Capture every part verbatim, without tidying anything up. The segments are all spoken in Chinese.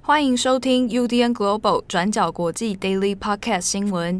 欢迎收听 U D N Global 转角国际 Daily Podcast 新闻。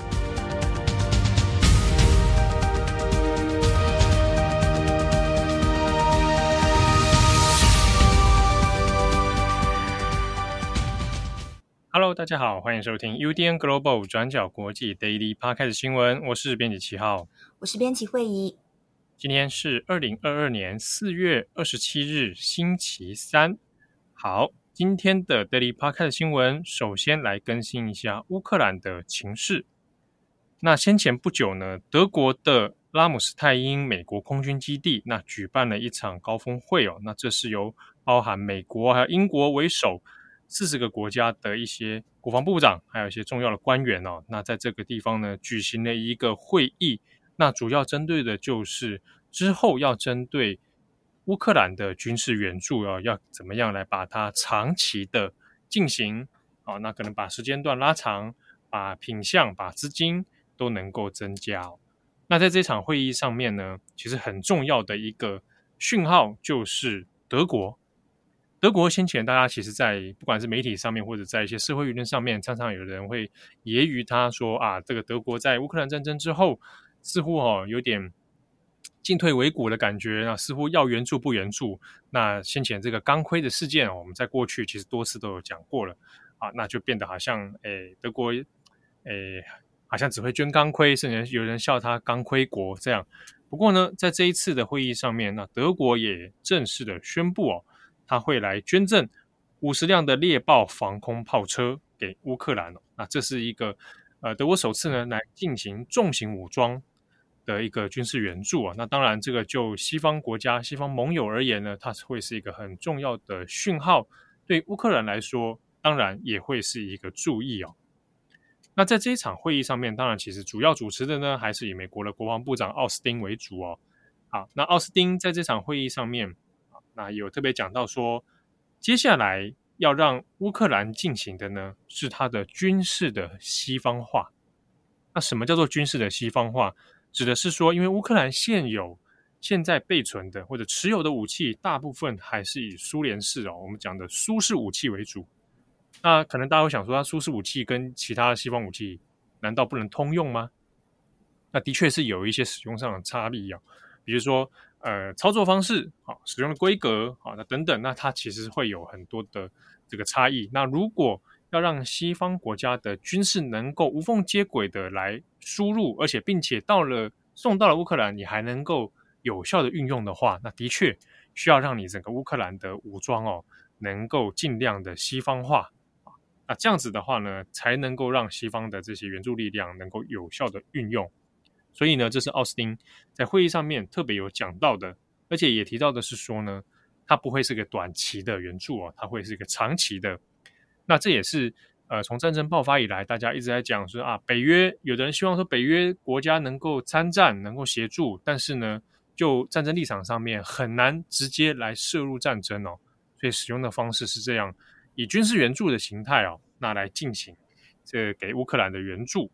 Hello， 大家好，欢迎收听 U D N Global 转角国际 Daily Podcast 新闻，我是编辑七号， 我是编辑慧仪。 今天是二零二二年四月二十七日，星期三。好，今天的 Daily Podcast 新闻，首先来更新一下乌克兰的情势。那先前不久呢，德国的拉姆斯泰因美国空军基地那举办了一场高峰会哦，那这是由包含美国还有英国为首四十个国家的一些国防部长还有一些重要的官员哦，那在这个地方呢举行了一个会议，那主要针对的就是之后要针对乌克兰的军事援助哦，要怎么样来把它长期的进行哦，那可能把时间段拉长，把品项把资金都能够增加哦。那在这场会议上面呢，其实很重要的一个讯号就是德国德国先前大家其实在不管是媒体上面或者在一些社会舆论上面，常常有人会揶揄他说啊，这个德国在乌克兰战争之后似乎哦有点进退维谷的感觉，那似乎要援助不援助。那先前这个钢盔的事件、哦、我们在过去其实多次都有讲过了啊，那就变得好像诶德国诶好像只会捐钢盔，甚至有人笑他钢盔国这样。不过呢，在这一次的会议上面，那德国也正式的宣布哦，他会来捐赠五十辆的猎豹防空炮车给乌克兰、哦、那这是一个呃德国首次呢来进行重型武装的一个军事援助啊。那当然这个就西方国家西方盟友而言呢，它会是一个很重要的讯号，对乌克兰来说当然也会是一个注意哦。那在这一场会议上面，当然其实主要主持的呢还是以美国的国防部长奥斯汀为主哦。好，那奥斯汀在这场会议上面那有特别讲到说，接下来要让乌克兰进行的呢是它的军事的西方化。那什么叫做军事的西方化？指的是说，因为乌克兰现有现在备存的或者持有的武器大部分还是以苏联式哦，我们讲的苏式武器为主。那可能大家会想说，它苏式武器跟其他的西方武器难道不能通用吗？那的确是有一些使用上的差异啊，比如说呃操作方式、啊、使用的规格、啊、那等等，那它其实会有很多的这个差异。那如果要让西方国家的军事能够无缝接轨的来输入，而且并且到了送到了乌克兰，你还能够有效的运用的话，那的确需要让你整个乌克兰的武装哦能够尽量的西方化。那这样子的话呢，才能够让西方的这些援助力量能够有效的运用。所以呢，这是奥斯汀在会议上面特别有讲到的，而且也提到的是说呢，它不会是个短期的援助哦，它会是一个长期的。那这也是呃从战争爆发以来，大家一直在讲说啊，北约有的人希望说北约国家能够参战，能够协助，但是呢，就战争立场上面很难直接来涉入战争哦，所以使用的方式是这样，以军事援助的形态哦，那来进行这给乌克兰的援助。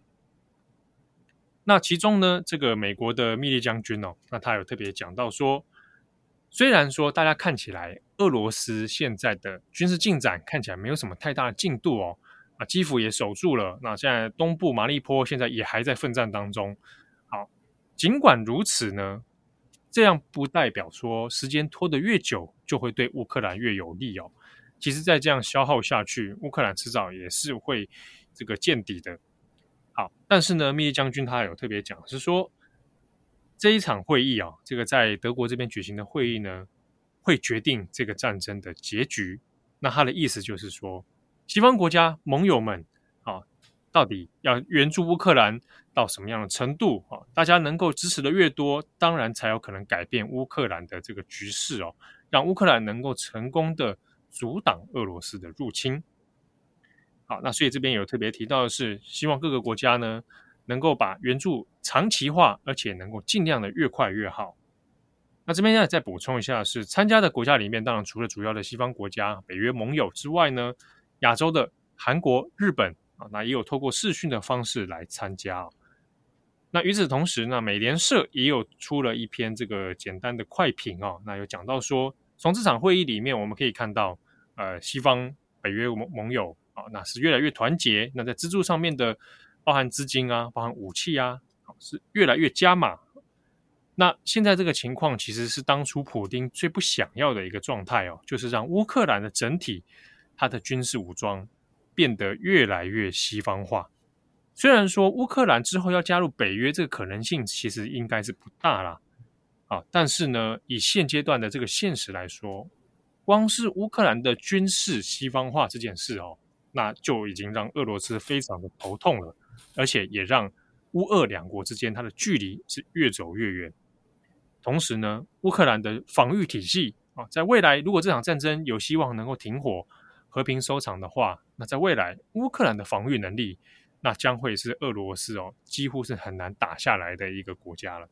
那其中呢，这个美国的密利将军哦，那他有特别讲到说，虽然说大家看起来俄罗斯现在的军事进展看起来没有什么太大的进度哦，啊，基辅也守住了，那现在东部马利波现在也还在奋战当中。好，尽管如此呢，这样不代表说时间拖得越久就会对乌克兰越有利哦。其实再这样消耗下去，乌克兰迟早也是会这个见底的。好，但是呢，密利将军他有特别讲，是说这一场会议啊，这个在德国这边举行的会议呢，会决定这个战争的结局。那他的意思就是说，西方国家盟友们啊，到底要援助乌克兰到什么样的程度啊？大家能够支持的越多，当然才有可能改变乌克兰的这个局势哦，让乌克兰能够成功的阻挡俄罗斯的入侵。好，那所以这边有特别提到的是，希望各个国家呢能够把援助长期化，而且能够尽量的越快越好。那这边要再补充一下是，参加的国家里面，当然除了主要的西方国家、北约盟友之外呢，亚洲的韩国、日本啊，那也有透过视讯的方式来参加、啊。那与此同时呢，美联社也有出了一篇这个简单的快评哦，那有讲到说，从这场会议里面我们可以看到，呃，西方北约盟盟友啊，那是越来越团结，那在资助上面的包含资金啊，包含武器啊，是越来越加码。那现在这个情况其实是当初普丁最不想要的一个状态哦，就是让乌克兰的整体它的军事武装变得越来越西方化。虽然说乌克兰之后要加入北约这个可能性其实应该是不大啦，啊，但是呢，以现阶段的这个现实来说，光是乌克兰的军事西方化这件事哦，那就已经让俄罗斯非常的头痛了，而且也让乌俄两国之间它的距离是越走越远。同时呢，乌克兰的防御体系啊，在未来如果这场战争有希望能够停火、和平收场的话，那在未来乌克兰的防御能力，那将会是俄罗斯哦几乎是很难打下来的一个国家了。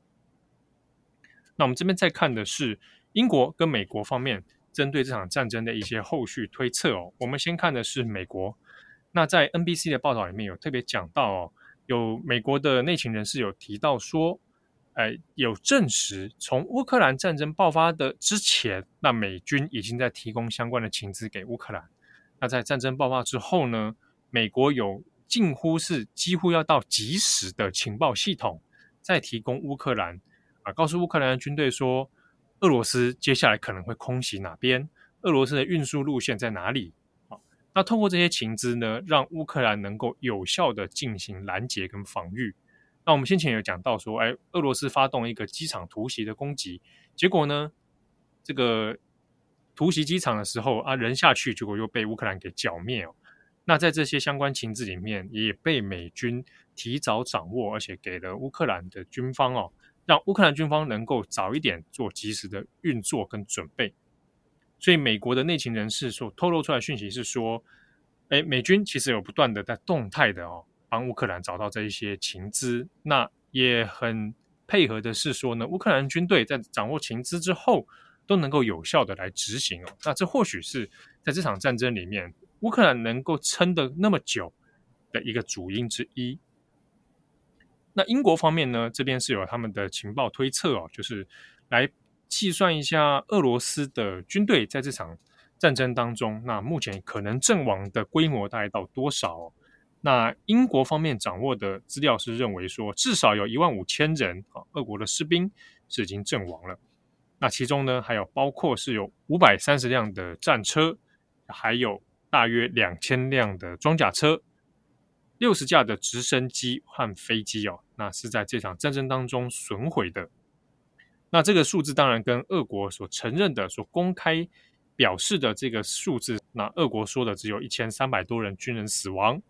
那我们这边再看的是英国跟美国方面针对这场战争的一些后续推测哦。我们先看的是美国，那在 N B C 的报道里面有特别讲到哦，有美国的内情人士有提到说，呃，有证实从乌克兰战争爆发的之前，那美军已经在提供相关的情资给乌克兰。那在战争爆发之后呢，美国有近乎是几乎要到即时的情报系统，再提供乌克兰啊，告诉乌克兰的军队说，俄罗斯接下来可能会空袭哪边，俄罗斯的运输路线在哪里。啊，那透过这些情资呢，让乌克兰能够有效的进行拦截跟防御。那我们先前有讲到说，哎，俄罗斯发动一个机场突袭的攻击，结果呢，这个突袭机场的时候啊，人下去，结果又被乌克兰给剿灭哦。那在这些相关情资里面，也被美军提早掌握，而且给了乌克兰的军方哦，让乌克兰军方能够早一点做及时的运作跟准备。所以美国的内情人士所透露出来的讯息是说，哎，美军其实有不断的在动态的哦，帮乌克兰找到这一些情资。那也很配合的是说呢，乌克兰军队在掌握情资之后，都能够有效的来执行哦。那这或许是在这场战争里面，乌克兰能够撑得那么久的一个主因之一。那英国方面呢，这边是有他们的情报推测哦，就是来计算一下俄罗斯的军队在这场战争当中，那目前可能阵亡的规模大概到多少哦。那英国方面掌握的资料是认为说，至少有一万五千人啊，俄国的士兵是已经阵亡了。那其中呢，还有包括是有五百三十辆的战车，还有大约两千辆的装甲车，六十架的直升机和飞机哦，那是在这场战争当中损毁的。那这个数字当然跟俄国所承认的、所公开表示的这个数字，那俄国说的只有一千三百多人军人死亡。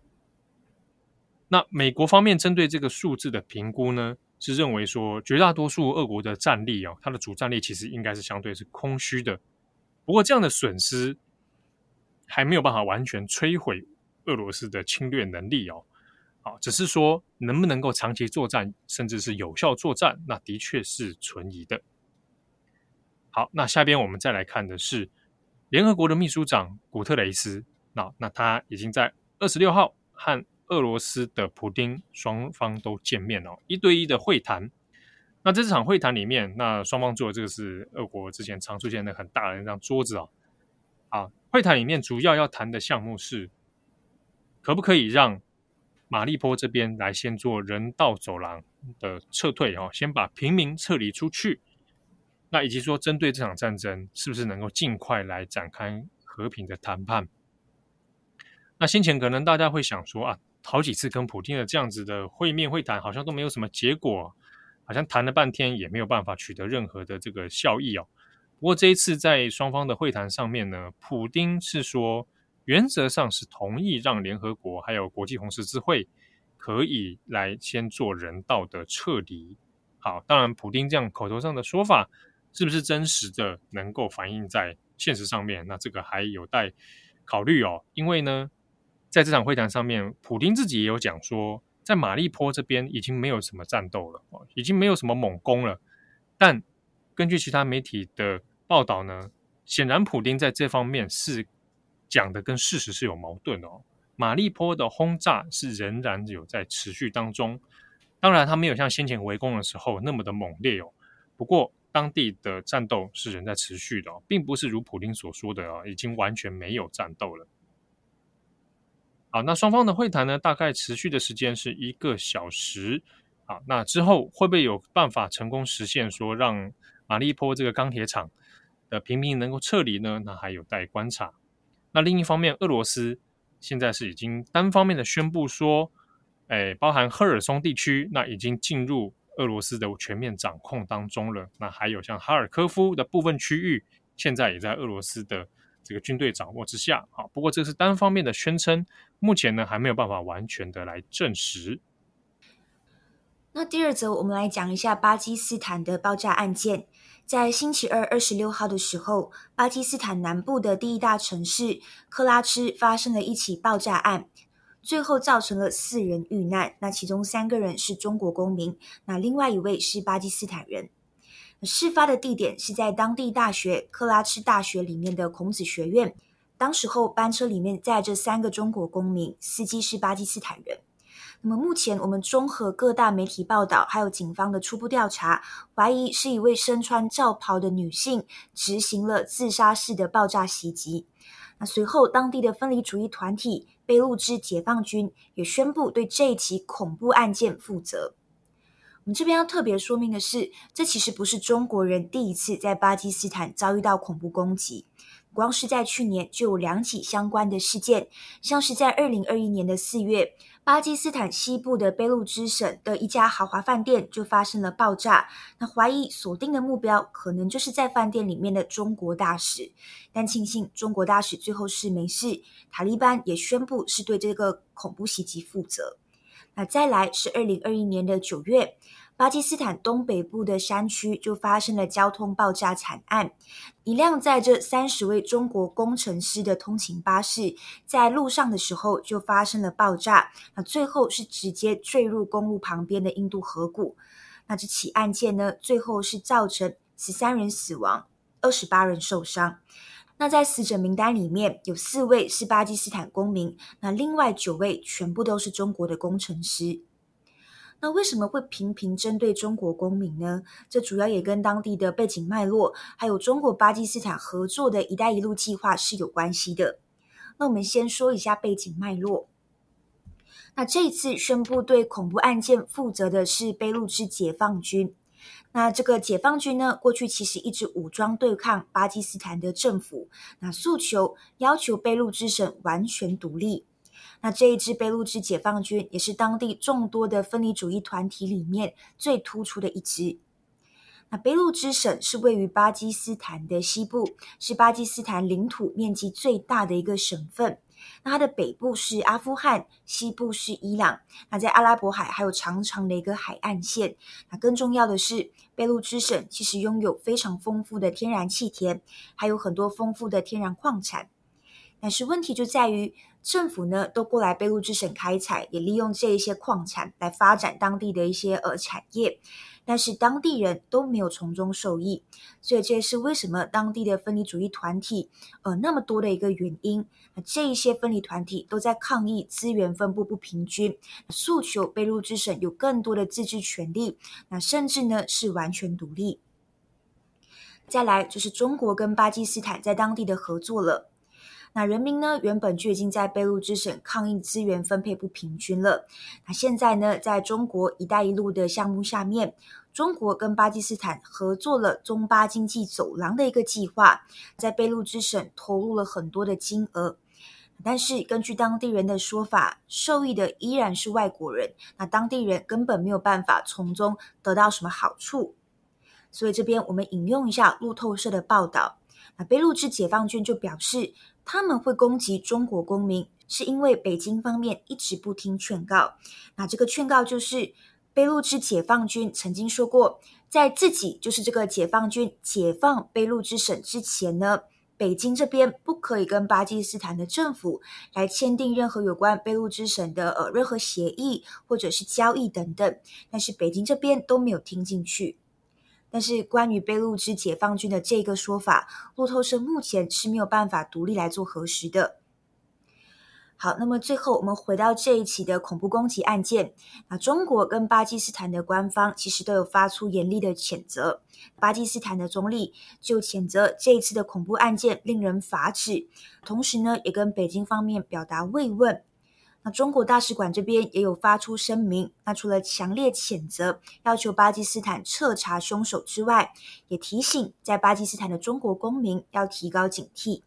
那美国方面针对这个数字的评估呢，是认为说绝大多数俄国的战力哦，它的主战力其实应该是相对是空虚的。不过这样的损失还没有办法完全摧毁俄罗斯的侵略能力哦，好，只是说能不能够长期作战，甚至是有效作战，那的确是存疑的。好，那下边我们再来看的是联合国的秘书长古特雷斯，那那他已经在二十六号和俄罗斯的普丁双方都见面哦，一对一的会谈。那这场会谈里面，那双方做的这个是俄国之前常出现的很大的那张桌子哦。啊，会谈里面主要要谈的项目是，可不可以让马利坡这边来先做人道走廊的撤退哦，先把平民撤离出去。那以及说，针对这场战争，是不是能够尽快来展开和平的谈判？那先前可能大家会想说啊，好几次跟普丁的这样子的会面会谈，好像都没有什么结果，好像谈了半天也没有办法取得任何的这个效益哦。不过这一次在双方的会谈上面呢，普丁是说原则上是同意让联合国还有国际红十字会可以来先做人道的撤离。好，当然普丁这样口头上的说法是不是真实的能够反映在现实上面，那这个还有待考虑哦。因为呢，在这场会谈上面，普丁自己也有讲说，在马利坡这边已经没有什么战斗了，已经没有什么猛攻了。但根据其他媒体的报道呢，显然普丁在这方面是讲的跟事实是有矛盾的哦。马利坡的轰炸是仍然有在持续当中，当然他没有像先前围攻的时候那么的猛烈哦。不过当地的战斗是仍在持续的、哦、并不是如普丁所说的、哦、已经完全没有战斗了。好，那双方的会谈呢，大概持续的时间是一个小时。好，那之后会不会有办法成功实现说让马利波这个钢铁厂的平民能够撤离呢？那还有待观察。那另一方面，俄罗斯现在是已经单方面的宣布说，诶，包含赫尔松地区，那已经进入俄罗斯的全面掌控当中了。那还有像哈尔科夫的部分区域，现在也在俄罗斯的这个军队掌握之下。好，不过这是单方面的宣称，目前呢还没有办法完全的来证实。 那第二则，我们来讲一下巴基斯坦的爆炸案件。在星期二二十六号的时候，巴基斯坦南部的第一大城市克拉芝发生了一起爆炸案，最后造成了四人遇难，那其中三个人是中国公民，那另外一位是巴基斯坦人。事发的地点是在当地大学克拉芝大学里面的孔子学院，当时候班车里面载着三个中国公民，司机是巴基斯坦人。那么目前我们综合各大媒体报道还有警方的初步调查，怀疑是一位身穿罩袍的女性执行了自杀式的爆炸袭击。那随后当地的分离主义团体贝路支解放军也宣布对这一起恐怖案件负责。我们这边要特别说明的是，这其实不是中国人第一次在巴基斯坦遭遇到恐怖攻击，光是在去年就有两起相关的事件，像是在二零二一年的四月，巴基斯坦西部的贝路支省的一家豪华饭店就发生了爆炸，那怀疑锁定的目标可能就是在饭店里面的中国大使，但庆幸中国大使最后是没事，塔利班也宣布是对这个恐怖袭击负责。那再来是二零二一年的九月，巴基斯坦东北部的山区就发生了交通爆炸惨案，一辆载着三十位中国工程师的通勤巴士在路上的时候就发生了爆炸，那最后是直接坠入公路旁边的印度河谷。那这起案件呢，最后是造成十三人死亡，二十八人受伤。那在死者名单里面有四位是巴基斯坦公民，那另外九位全部都是中国的工程师。那为什么会频频针对中国公民呢？这主要也跟当地的背景脉络，还有中国巴基斯坦合作的一带一路计划是有关系的。那我们先说一下背景脉络。那这一次宣布对恐怖案件负责的是贝路支解放军。那这个解放军呢，过去其实一直武装对抗巴基斯坦的政府，那诉求要求贝路支省完全独立。那这一支贝路支解放军也是当地众多的分离主义团体里面最突出的一支。那贝路支省是位于巴基斯坦的西部，是巴基斯坦领土面积最大的一个省份。那它的北部是阿富汗，西部是伊朗，那在阿拉伯海还有长长的一个海岸线。那更重要的是，贝路支省其实拥有非常丰富的天然气田，还有很多丰富的天然矿产。但是问题就在于，政府呢都过来贝路支省开采，也利用这一些矿产来发展当地的一些呃产业，但是当地人都没有从中受益，所以这也是为什么当地的分离主义团体呃那么多的一个原因。那这一些分离团体都在抗议资源分布不平均，诉求贝路支省有更多的自治权利，那甚至呢是完全独立。再来就是中国跟巴基斯坦在当地的合作了。那人民呢，原本就已经在贝路支省抗议资源分配不平均了。那现在呢，在中国“一带一路”的项目下面，中国跟巴基斯坦合作了中巴经济走廊的一个计划，在贝路支省投入了很多的金额。但是根据当地人的说法，受益的依然是外国人，那当地人根本没有办法从中得到什么好处。所以这边我们引用一下路透社的报道，那贝路支解放军就表示，他们会攻击中国公民，是因为北京方面一直不听劝告。那这个劝告就是贝路支解放军曾经说过，在自己就是这个解放军解放贝路支省之前呢，北京这边不可以跟巴基斯坦的政府来签订任何有关贝路支省的呃任何协议或者是交易等等，但是北京这边都没有听进去。但是关于贝路支解放军的这个说法，路透社目前是没有办法独立来做核实的。 好，那么最后我们回到这一起的恐怖攻击案件，那中国跟巴基斯坦的官方其实都有发出严厉的谴责。巴基斯坦的总理就谴责这一次的恐怖案件令人发指，同时呢也跟北京方面表达慰问。那中国大使馆这边也有发出声明，那除了强烈谴责要求巴基斯坦彻查凶手之外，也提醒在巴基斯坦的中国公民要提高警惕。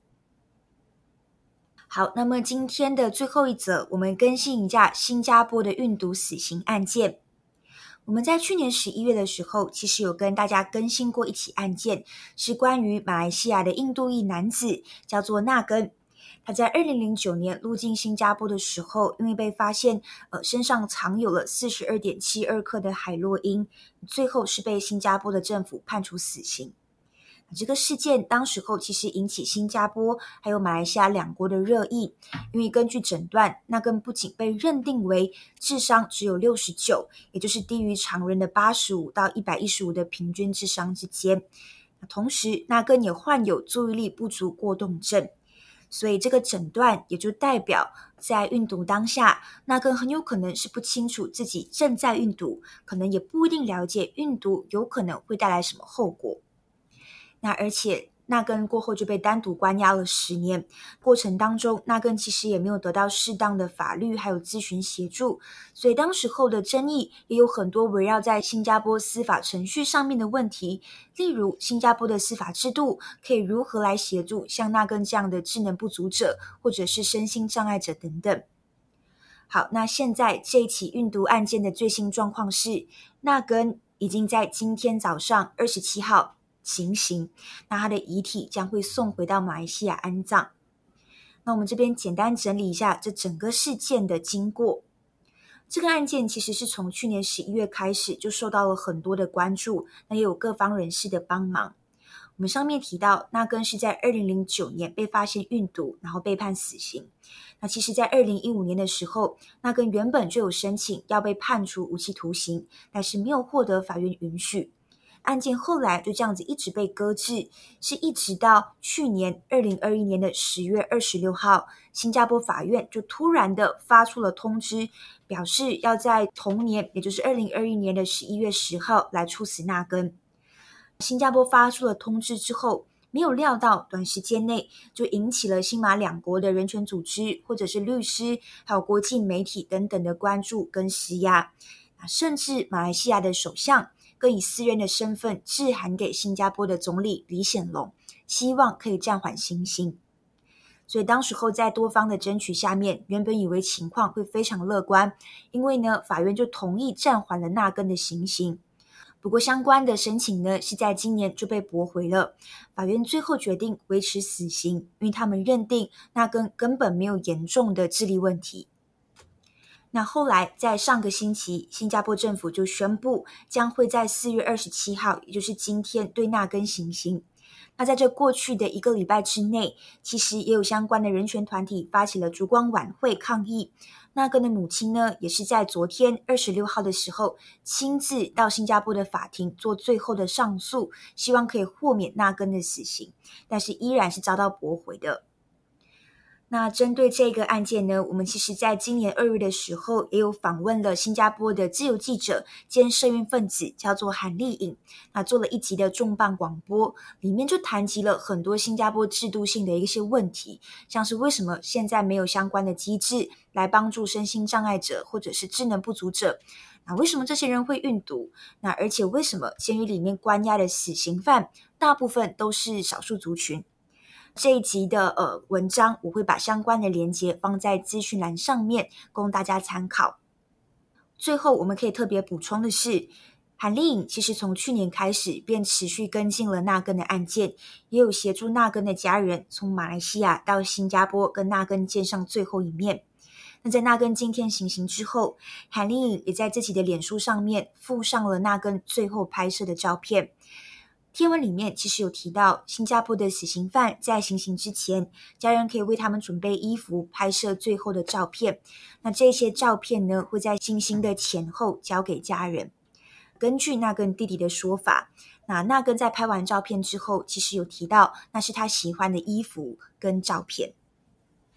好，那么今天的最后一则，我们更新一下新加坡的运毒死刑案件。我们在去年十一月的时候，其实有跟大家更新过一起案件，是关于马来西亚的印度裔男子，叫做纳根。他在二零零九年入境新加坡的时候，因为被发现呃身上藏有了 四十二点七二 克的海洛因，最后是被新加坡的政府判处死刑。这个事件当时候其实引起新加坡还有马来西亚两国的热议，因为根据诊断，纳根不仅被认定为智商只有六十九，也就是低于常人的八十五到一百一十五的平均智商之间。同时纳根也患有注意力不足过动症，所以这个诊断也就代表在运毒当下，纳根很有可能是不清楚自己正在运毒，可能也不一定了解运毒有可能会带来什么后果。那而且纳根过后就被单独关押了十年，过程当中纳根其实也没有得到适当的法律还有咨询协助，所以当时候的争议也有很多围绕在新加坡司法程序上面的问题，例如新加坡的司法制度可以如何来协助像纳根这样的智能不足者或者是身心障碍者等等。好，那现在这一起运毒案件的最新状况是，纳根已经在今天早上二十七号行刑，那他的遗体将会送回到马来西亚安葬。那我们这边简单整理一下这整个事件的经过。这个案件其实是从去年十一月开始就受到了很多的关注，那也有各方人士的帮忙。我们上面提到纳根是在二零零九年被发现运毒，然后被判死刑。那其实在二零一五年的时候，纳根原本就有申请要被判处无期徒刑，但是没有获得法院允许。案件后来就这样子一直被搁置，是一直到去年二零二一年的十月二十六号，新加坡法院就突然的发出了通知，表示要在同年，也就是二零二一年的十一月十号来处死纳根。新加坡发出了通知之后，没有料到短时间内就引起了新马两国的人权组织或者是律师还有国际媒体等等的关注跟施压，甚至马来西亚的首相更以私人的身份致函给新加坡的总理李显龙，希望可以暂缓行刑。所以当时候在多方的争取下面，原本以为情况会非常乐观，因为呢法院就同意暂缓了纳根的行刑。不过相关的申请呢是在今年就被驳回了，法院最后决定维持死刑，因为他们认定纳根根本没有严重的智力问题。那后来在上个星期，新加坡政府就宣布将会在四月二十七号，也就是今天对纳根行刑。那在这过去的一个礼拜之内，其实也有相关的人权团体发起了烛光晚会抗议。纳根的母亲呢，也是在昨天二十六号的时候亲自到新加坡的法庭做最后的上诉，希望可以豁免纳根的死刑，但是依然是遭到驳回的。那针对这个案件呢，我们其实在今年二月的时候也有访问了新加坡的自由记者兼社运分子，叫做韩丽颖，那做了一集的重磅广播，里面就谈及了很多新加坡制度性的一些问题，像是为什么现在没有相关的机制来帮助身心障碍者或者是智能不足者，那为什么这些人会运毒，那而且为什么监狱里面关押的死刑犯大部分都是少数族群。这一集的呃文章，我会把相关的连结放在资讯栏上面，供大家参考。最后，我们可以特别补充的是，韩丽颖其实从去年开始便持续跟进了纳根的案件，也有协助纳根的家人从马来西亚到新加坡跟纳根见上最后一面。那在纳根今天行刑之后，韩丽颖也在自己的脸书上面附上了纳根最后拍摄的照片。贴文里面其实有提到，新加坡的死刑犯在行刑之前，家人可以为他们准备衣服，拍摄最后的照片。那这些照片呢，会在行刑的前后交给家人。根据纳根弟弟的说法，那纳根在拍完照片之后，其实有提到那是他喜欢的衣服跟照片。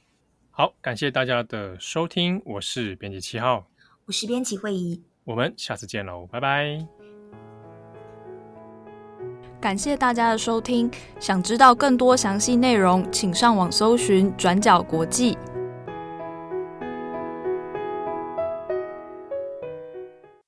好，感谢大家的收听，我是编辑七号， 我是编辑慧仪， 我们下次见喽，拜拜。 感谢大家的收听，想知道更多详细内容，请上网搜寻转角国际。